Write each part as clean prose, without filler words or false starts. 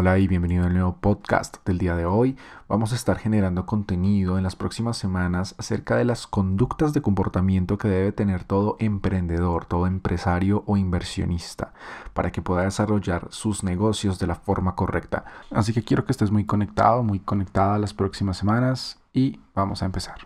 Hola y bienvenido al nuevo podcast del día de hoy. Vamos a estar generando contenido en las próximas semanas acerca de las conductas de comportamiento que debe tener todo emprendedor, todo empresario o inversionista para que pueda desarrollar sus negocios de la forma correcta. Así que quiero que estés muy conectado, muy conectada las próximas semanas y vamos a empezar.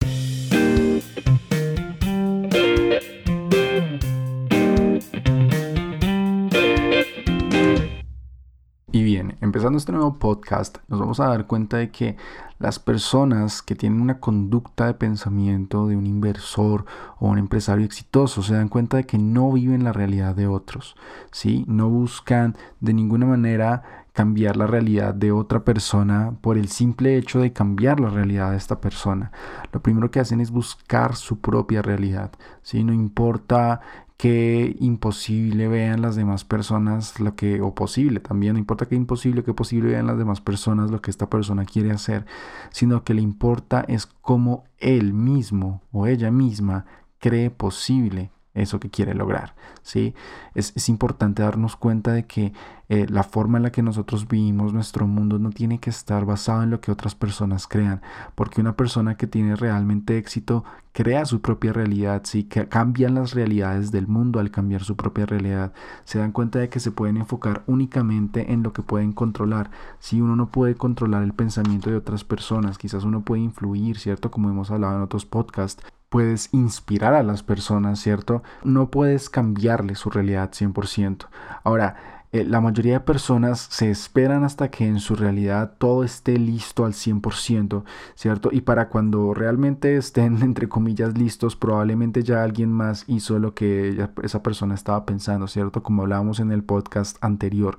Y bien, empezando este nuevo podcast, nos vamos a dar cuenta de que las personas que tienen una conducta de pensamiento de un inversor o un empresario exitoso se dan cuenta de que no viven la realidad de otros, ¿sí? No buscan de ninguna manera cambiar la realidad de otra persona por el simple hecho de cambiar la realidad de esta persona. Lo primero que hacen es buscar su propia realidad, ¿sí? No importa que imposible vean las demás personas o posible también, no importa que imposible, que posible vean las demás personas lo que esta persona quiere hacer, sino que le importa es cómo él mismo o ella misma cree posible eso que quiere lograr, ¿sí? Es importante darnos cuenta de que la forma en la que nosotros vivimos nuestro mundo no tiene que estar basado en lo que otras personas crean, porque una persona que tiene realmente éxito crea su propia realidad, ¿sí? Que cambian las realidades del mundo al cambiar su propia realidad. Se dan cuenta de que se pueden enfocar únicamente en lo que pueden controlar. Si uno no puede controlar el pensamiento de otras personas, quizás uno puede influir, ¿cierto? Como hemos hablado en otros podcasts. Puedes inspirar a las personas, ¿cierto? No puedes cambiarle su realidad 100%. Ahora, la mayoría de personas se esperan hasta que en su realidad todo esté listo al 100%, ¿cierto? Y para cuando realmente estén, entre comillas, listos, probablemente ya alguien más hizo lo que esa persona estaba pensando, ¿cierto? Como hablábamos en el podcast anterior.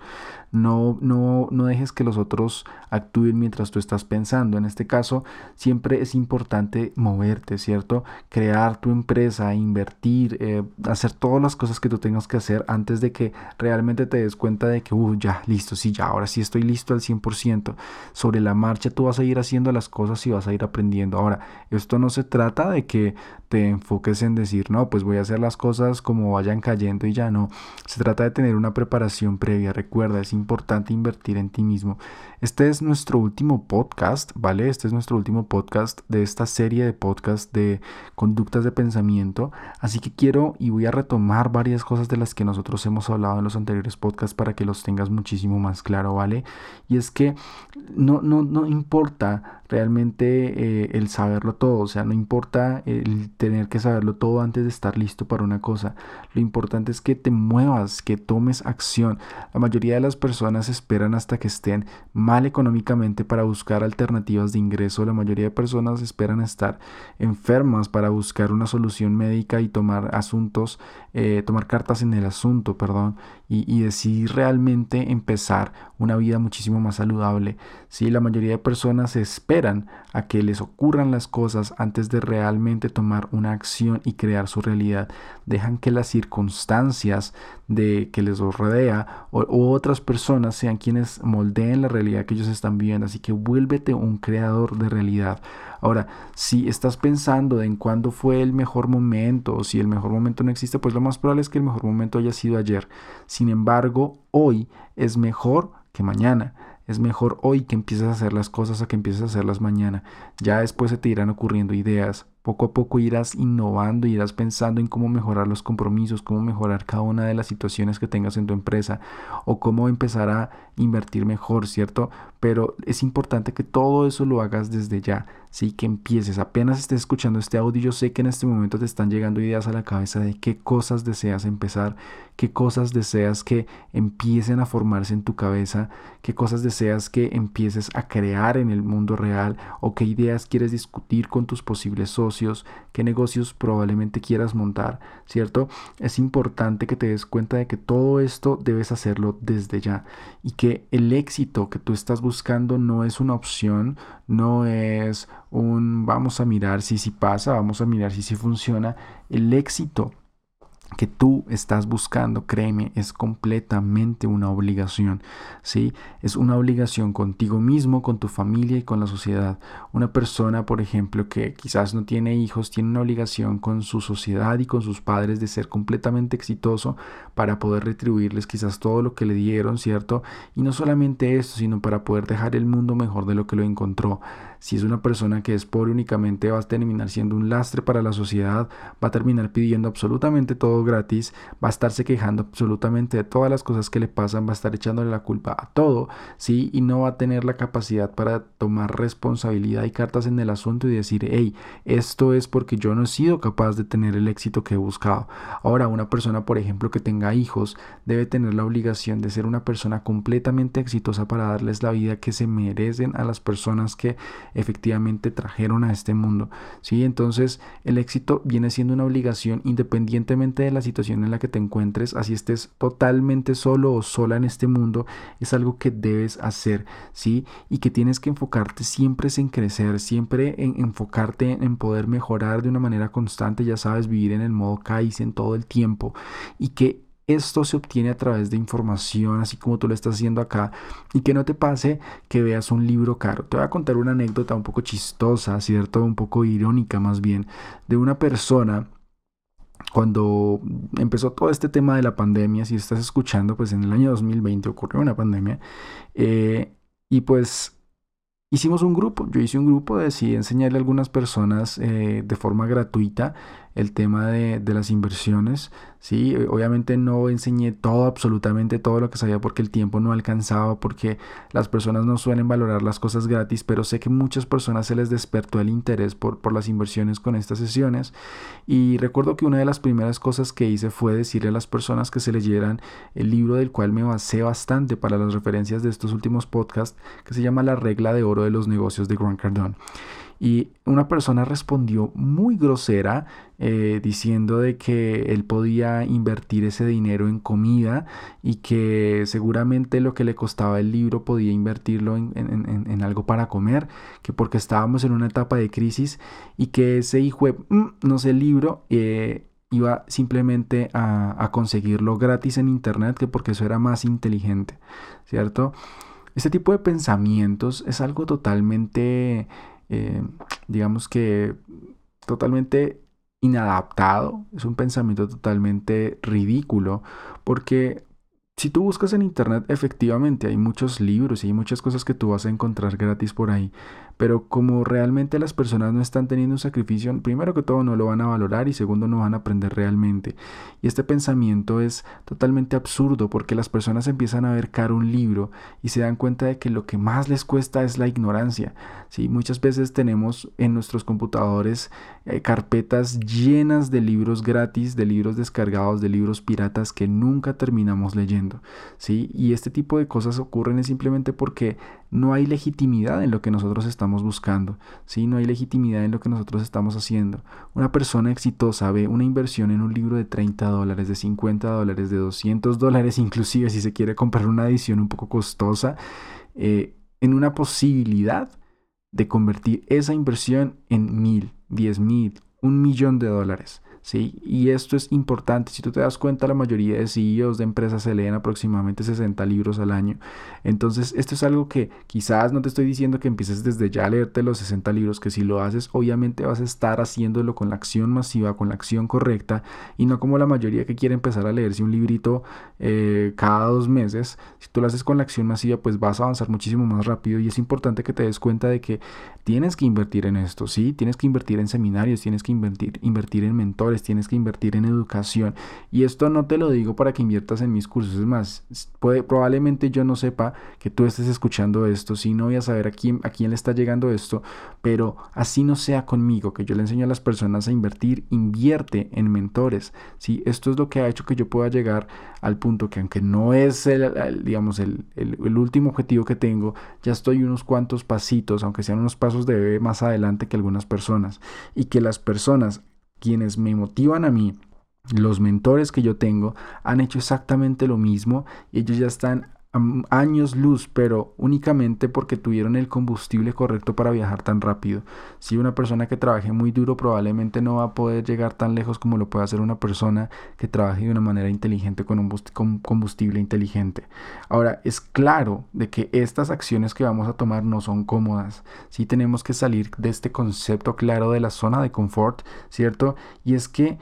No dejes que los otros actúen mientras tú estás pensando. En este caso, siempre es importante moverte, ¿cierto? Crear tu empresa, invertir, hacer todas las cosas que tú tengas que hacer antes de que realmente te des cuenta de que, ya, listo, sí, ya, ahora sí estoy listo al 100%. Sobre la marcha tú vas a ir haciendo las cosas y vas a ir aprendiendo. Ahora, esto no se trata de que te enfoques en decir, no, pues voy a hacer las cosas como vayan cayendo y ya no. Se trata de tener una preparación previa. Recuerda, es importante invertir en ti mismo. Este es nuestro último podcast, ¿vale? Este es nuestro último podcast de esta serie de podcasts de conductas de pensamiento. Así que quiero y voy a retomar varias cosas de las que nosotros hemos hablado en los anteriores podcasts para que los tengas muchísimo más claro, ¿vale? Y es que no importa realmente el saberlo todo, o sea, no importa el tener que saberlo todo antes de estar listo para una cosa. Lo importante es que te muevas, que tomes acción. La mayoría de las personas esperan hasta que estén mal económicamente para buscar alternativas de ingreso. La mayoría de personas esperan estar enfermas para buscar una solución médica y tomar cartas en el asunto, perdón, y decidir realmente empezar una vida muchísimo más saludable. Sí, la mayoría de personas esperan a que les ocurran las cosas antes de realmente tomar una acción y crear su realidad. Dejan que las circunstancias de que les rodea o otras personas sean quienes moldeen la realidad que ellos están viviendo. Así que vuélvete un creador de realidad. Ahora, si estás pensando en cuándo fue el mejor momento o si el mejor momento no existe, pues lo más probable es que el mejor momento haya sido ayer. Sin embargo, hoy es mejor que mañana. Es mejor hoy que empieces a hacer las cosas a que empieces a hacerlas mañana. Ya después se te irán ocurriendo ideas. Poco a poco irás innovando, irás pensando en cómo mejorar los compromisos, cómo mejorar cada una de las situaciones que tengas en tu empresa o cómo empezar a invertir mejor, ¿cierto? Pero es importante que todo eso lo hagas desde ya, ¿sí? Que empieces. Apenas estés escuchando este audio, yo sé que en este momento te están llegando ideas a la cabeza de qué cosas deseas empezar, qué cosas deseas que empiecen a formarse en tu cabeza, qué cosas deseas que empieces a crear en el mundo real o qué ideas quieres discutir con tus posibles socios, qué negocios probablemente quieras montar, ¿cierto? Es importante que te des cuenta de que todo esto debes hacerlo desde ya y que el éxito que tú estás buscando no es una opción, no es vamos a mirar si pasa, vamos a mirar si funciona. El éxito que tú estás buscando, créeme, es completamente una obligación, ¿sí? Es una obligación contigo mismo, con tu familia y con la sociedad. Una persona, por ejemplo, que quizás no tiene hijos, tiene una obligación con su sociedad y con sus padres de ser completamente exitoso para poder retribuirles quizás todo lo que le dieron, ¿cierto? Y no solamente eso, sino para poder dejar el mundo mejor de lo que lo encontró. Si es una persona que es pobre únicamente, va a terminar siendo un lastre para la sociedad, va a terminar pidiendo absolutamente todo gratis, va a estarse quejando absolutamente de todas las cosas que le pasan, va a estar echándole la culpa a todo, ¿sí? Y no va a tener la capacidad para tomar responsabilidad y cartas en el asunto y decir, hey, esto es porque yo no he sido capaz de tener el éxito que he buscado. Ahora, una persona, por ejemplo, que tenga hijos, debe tener la obligación de ser una persona completamente exitosa para darles la vida que se merecen a las personas que efectivamente trajeron a este mundo, ¿sí? Entonces, el éxito viene siendo una obligación independientemente de la situación en la que te encuentres, así estés totalmente solo o sola en este mundo, es algo que debes hacer, ¿sí? Y que tienes que enfocarte siempre en crecer, siempre en enfocarte en poder mejorar de una manera constante, ya sabes, vivir en el modo Kaizen todo el tiempo y que esto se obtiene a través de información, así como tú lo estás haciendo acá, y que no te pase que veas un libro caro. Te voy a contar una anécdota un poco chistosa, ¿cierto? Un poco irónica más bien, de una persona cuando empezó todo este tema de la pandemia. Si estás escuchando, pues en el año 2020 ocurrió una pandemia, y pues hicimos un grupo. Yo hice un grupo, decidí enseñarle a algunas personas de forma gratuita el tema de las inversiones. Sí, obviamente no enseñé todo, absolutamente todo lo que sabía, porque el tiempo no alcanzaba, porque las personas no suelen valorar las cosas gratis, pero sé que muchas personas se les despertó el interés por las inversiones con estas sesiones. Y recuerdo que una de las primeras cosas que hice fue decirle a las personas que se leyeran el libro del cual me basé bastante para las referencias de estos últimos podcasts, que se llama La regla de oro de los negocios de Grant Cardone. Y una persona respondió muy grosera, diciendo de que él podía invertir ese dinero en comida y que seguramente lo que le costaba el libro podía invertirlo en algo para comer, que porque estábamos en una etapa de crisis y que ese hijo de, no sé, el libro iba simplemente a conseguirlo gratis en internet, que porque eso era más inteligente, ¿cierto? Este tipo de pensamientos es algo totalmente, eh, digamos que totalmente inadaptado, es un pensamiento totalmente ridículo, porque si tú buscas en internet, efectivamente hay muchos libros y hay muchas cosas que tú vas a encontrar gratis por ahí, pero como realmente las personas no están teniendo un sacrificio, primero que todo no lo van a valorar y segundo no van a aprender realmente. Y este pensamiento es totalmente absurdo porque las personas empiezan a ver caro un libro y se dan cuenta de que lo que más les cuesta es la ignorancia. ¿Sí? Muchas veces tenemos en nuestros computadores carpetas llenas de libros gratis, de libros descargados, de libros piratas que nunca terminamos leyendo, ¿sí? Y este tipo de cosas ocurren es simplemente porque no hay legitimidad en lo que nosotros estamos buscando, ¿sí? No hay legitimidad en lo que nosotros estamos haciendo. Una persona exitosa ve una inversión en un libro de $30, de $50, de $200, inclusive si se quiere comprar una edición un poco costosa, en una posibilidad de convertir esa inversión en 1,000, 10,000, $1,000,000, ¿sí? Y esto es importante. Si tú te das cuenta, la mayoría de CEOs de empresas se leen aproximadamente 60 libros al año. Entonces, esto es algo que quizás no te estoy diciendo que empieces desde ya a leerte los 60 libros, que si lo haces, obviamente vas a estar haciéndolo con la acción masiva, con la acción correcta, y no como la mayoría que quiere empezar a leerse un librito cada 2 meses. Si tú lo haces con la acción masiva, pues vas a avanzar muchísimo más rápido, y es importante que te des cuenta de que tienes que invertir en esto, ¿sí? Tienes que invertir en seminarios, tienes que invertir en mentores, tienes que invertir en educación. Y esto no te lo digo para que inviertas en mis cursos. Es más, probablemente yo no sepa que tú estés escuchando esto, sí, no voy a saber a quién le está llegando esto, pero así no sea conmigo, que yo le enseño a las personas a invertir, invierte en mentores, ¿sí? Esto es lo que ha hecho que yo pueda llegar al punto que, aunque no es digamos, el último objetivo que tengo, ya estoy unos cuantos pasitos, aunque sean unos pasos de bebé más adelante que algunas personas, y que las personas quienes me motivan a mí, los mentores que yo tengo, han hecho exactamente lo mismo y ellos ya están años luz, pero únicamente porque tuvieron el combustible correcto para viajar tan rápido. Si una persona que trabaje muy duro probablemente no va a poder llegar tan lejos como lo puede hacer una persona que trabaje de una manera inteligente con un combustible inteligente. Ahora, es claro de que estas acciones que vamos a tomar no son cómodas. Sí tenemos que salir de este concepto claro de la zona de confort, ¿cierto? Y es que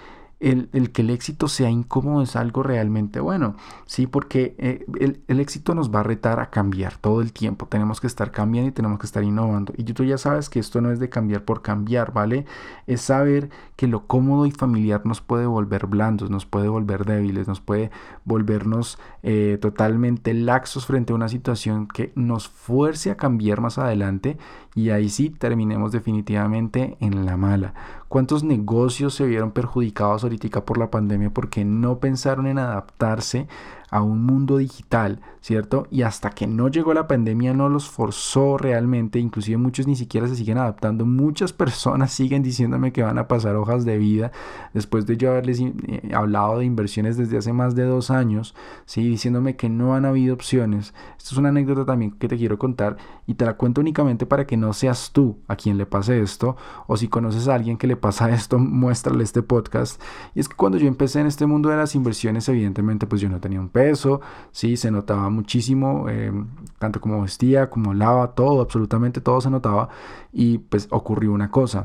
el que el éxito sea incómodo es algo realmente bueno, ¿sí? Porque el éxito nos va a retar a cambiar todo el tiempo. Tenemos que estar cambiando y tenemos que estar innovando. Y tú ya sabes que esto no es de cambiar por cambiar, ¿vale? Es saber que lo cómodo y familiar nos puede volver blandos, nos puede volver débiles, nos puede volvernos totalmente laxos frente a una situación que nos fuerce a cambiar más adelante y ahí sí terminemos definitivamente en la mala. ¿Cuántos negocios se vieron perjudicados ahorita por la pandemia porque no pensaron en adaptarse a un mundo digital, ¿cierto? Y hasta que no llegó la pandemia no los forzó realmente, inclusive muchos ni siquiera se siguen adaptando. Muchas personas siguen diciéndome que van a pasar hojas de vida después de yo haberles hablado de inversiones desde hace más de 2 años, ¿sí? Diciéndome que no han habido opciones. Esto es una anécdota también que te quiero contar y te la cuento únicamente para que no seas tú a quien le pase esto, o si conoces a alguien que le pasa esto, muéstrale este podcast. Y es que cuando yo empecé en este mundo de las inversiones, evidentemente pues yo no tenía un peso, sí, se notaba muchísimo, tanto como vestía, como hablaba, todo, absolutamente todo se notaba. Y pues ocurrió una cosa.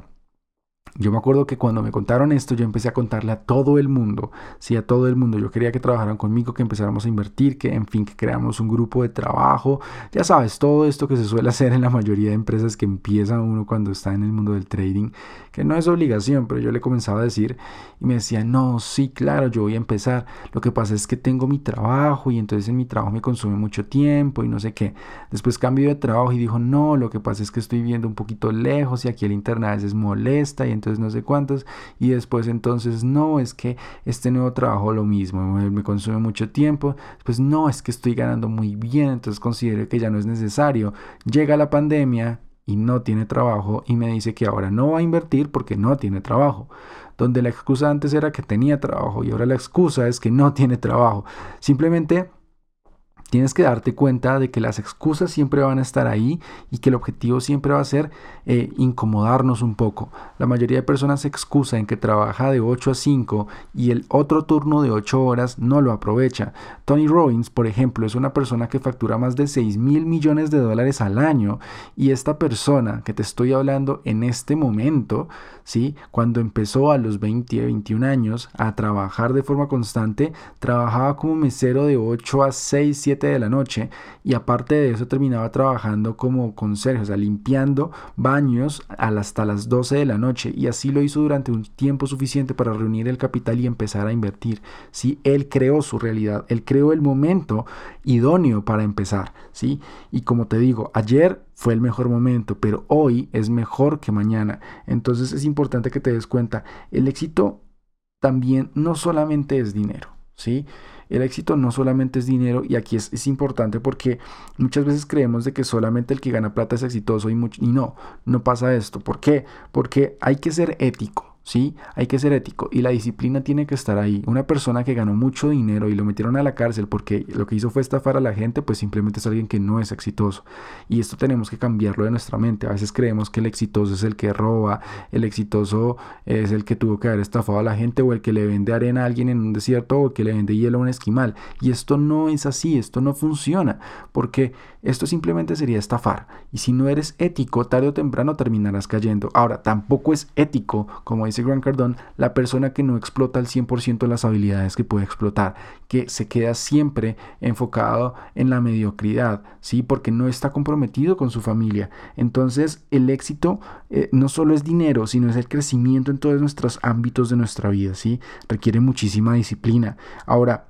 Yo me acuerdo que cuando me contaron esto, yo empecé a contarle a todo el mundo, sí, a todo el mundo. Yo quería que trabajaran conmigo, que empezáramos a invertir, que en fin, que creáramos un grupo de trabajo. Ya sabes, todo esto que se suele hacer en la mayoría de empresas que empieza uno cuando está en el mundo del trading, que no es obligación, pero yo le comenzaba a decir y me decía, no, sí, claro, yo voy a empezar. Lo que pasa es que tengo mi trabajo y entonces en mi trabajo me consume mucho tiempo y no sé qué. Después cambio de trabajo y dijo, no, lo que pasa es que estoy viviendo un poquito lejos y aquí el internet a veces molesta y entonces no sé cuántos. Y después entonces, no, es que este nuevo trabajo lo mismo, me consume mucho tiempo. Pues no, es que estoy ganando muy bien, entonces considero que ya no es necesario. Llega la pandemia y no tiene trabajo y me dice que ahora no va a invertir porque no tiene trabajo. Donde la excusa antes era que tenía trabajo y ahora la excusa es que no tiene trabajo. Simplemente tienes que darte cuenta de que las excusas siempre van a estar ahí y que el objetivo siempre va a ser incomodarnos un poco. La mayoría de personas se excusa en que trabaja de 8 a 5 y el otro turno de 8 horas no lo aprovecha. Tony Robbins, por ejemplo, es una persona que factura más de 6.000 millones de dólares al año y esta persona que te estoy hablando en este momento, ¿sí? Cuando empezó a los 20, 21 años a trabajar de forma constante, trabajaba como mesero de 8 a 6, 7 de la noche y aparte de eso terminaba trabajando como conserje, o sea, limpiando baños hasta las 12 de la noche y así lo hizo durante un tiempo suficiente para reunir el capital y empezar a invertir. ¿Sí? Él creó su realidad, él creó el momento idóneo para empezar, ¿sí? Y como te digo, ayer fue el mejor momento, pero hoy es mejor que mañana. Entonces es importante que te des cuenta, el éxito también no solamente es dinero, ¿sí? El éxito no solamente es dinero y aquí es importante porque muchas veces creemos de que solamente el que gana plata es exitoso y no pasa esto. ¿Por qué? Porque hay que ser ético. ¿Sí? Hay que ser ético y la disciplina tiene que estar ahí. Una persona que ganó mucho dinero y lo metieron a la cárcel porque lo que hizo fue estafar a la gente, pues simplemente es alguien que no es exitoso. Y esto tenemos que cambiarlo de nuestra mente. A veces creemos que el exitoso es el que roba, el exitoso es el que tuvo que haber estafado a la gente o el que le vende arena a alguien en un desierto o el que le vende hielo a un esquimal. Y esto no es así, esto no funciona, porque esto simplemente sería estafar. Y si no eres ético, tarde o temprano terminarás cayendo. Ahora, tampoco es ético, como dice Grant Cardone, la persona que no explota al 100% las habilidades que puede explotar, que se queda siempre enfocado en la mediocridad, ¿sí? Porque no está comprometido con su familia. Entonces, el éxito no solo es dinero, sino es el crecimiento en todos nuestros ámbitos de nuestra vida, ¿sí? Requiere muchísima disciplina. Ahora,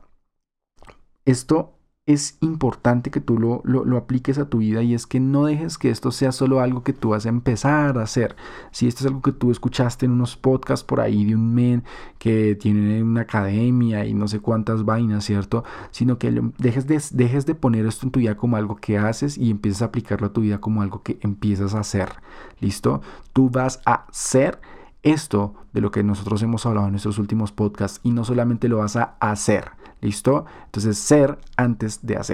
esto es importante que tú lo apliques a tu vida y es que no dejes que esto sea solo algo que tú vas a empezar a hacer. Si esto es algo que tú escuchaste en unos podcasts por ahí de un men que tiene una academia y no sé cuántas vainas, ¿cierto? Sino que dejes de poner esto en tu vida como algo que haces y empieces a aplicarlo a tu vida como algo que empiezas a hacer. ¿Listo? Tú vas a ser esto de lo que nosotros hemos hablado en nuestros últimos podcasts y no solamente lo vas a hacer. ¿Listo? Entonces, ser antes de hacer.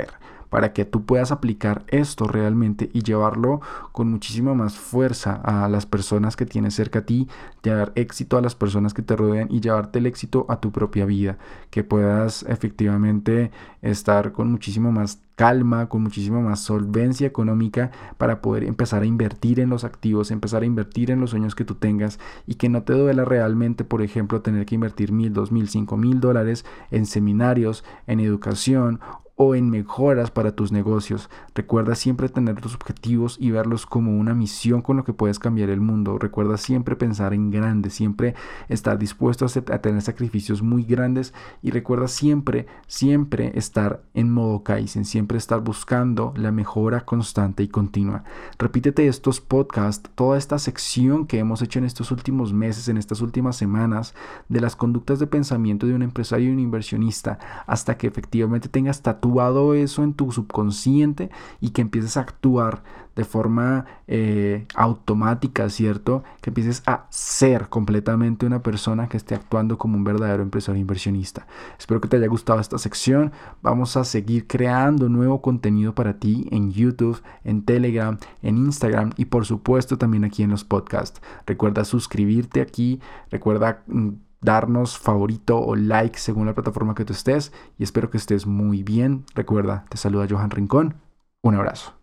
para que tú puedas aplicar esto realmente y llevarlo con muchísima más fuerza a las personas que tienes cerca a ti, llevar éxito a las personas que te rodean y llevarte el éxito a tu propia vida, que puedas efectivamente estar con muchísimo más calma, con muchísima más solvencia económica para poder empezar a invertir en los activos, empezar a invertir en los sueños que tú tengas y que no te duela realmente, por ejemplo, tener que invertir 1,000, 2,000, 5,000 dólares en seminarios, en educación o en mejoras para tus negocios. Recuerda siempre tener tus objetivos y verlos como una misión con lo que puedes cambiar el mundo. Recuerda siempre pensar en grande, siempre estar dispuesto a tener sacrificios muy grandes y recuerda siempre estar en modo Kaizen, siempre estar buscando la mejora constante y continua. Repítete estos podcasts, toda esta sección que hemos hecho en estos últimos meses, en estas últimas semanas, de las conductas de pensamiento de un empresario y un inversionista, hasta que efectivamente tengas tatuado eso en tu subconsciente y que empieces a actuar de forma automática, ¿cierto? Que empieces a ser completamente una persona que esté actuando como un verdadero empresario inversionista. Espero que te haya gustado esta sección. Vamos a seguir creando nuevo contenido para ti en YouTube, en Telegram, en Instagram y por supuesto también aquí en los podcasts. Recuerda suscribirte aquí, recuerda darnos favorito o like según la plataforma que tú estés y espero que estés muy bien. Recuerda, te saluda Johan Rincón. Un abrazo.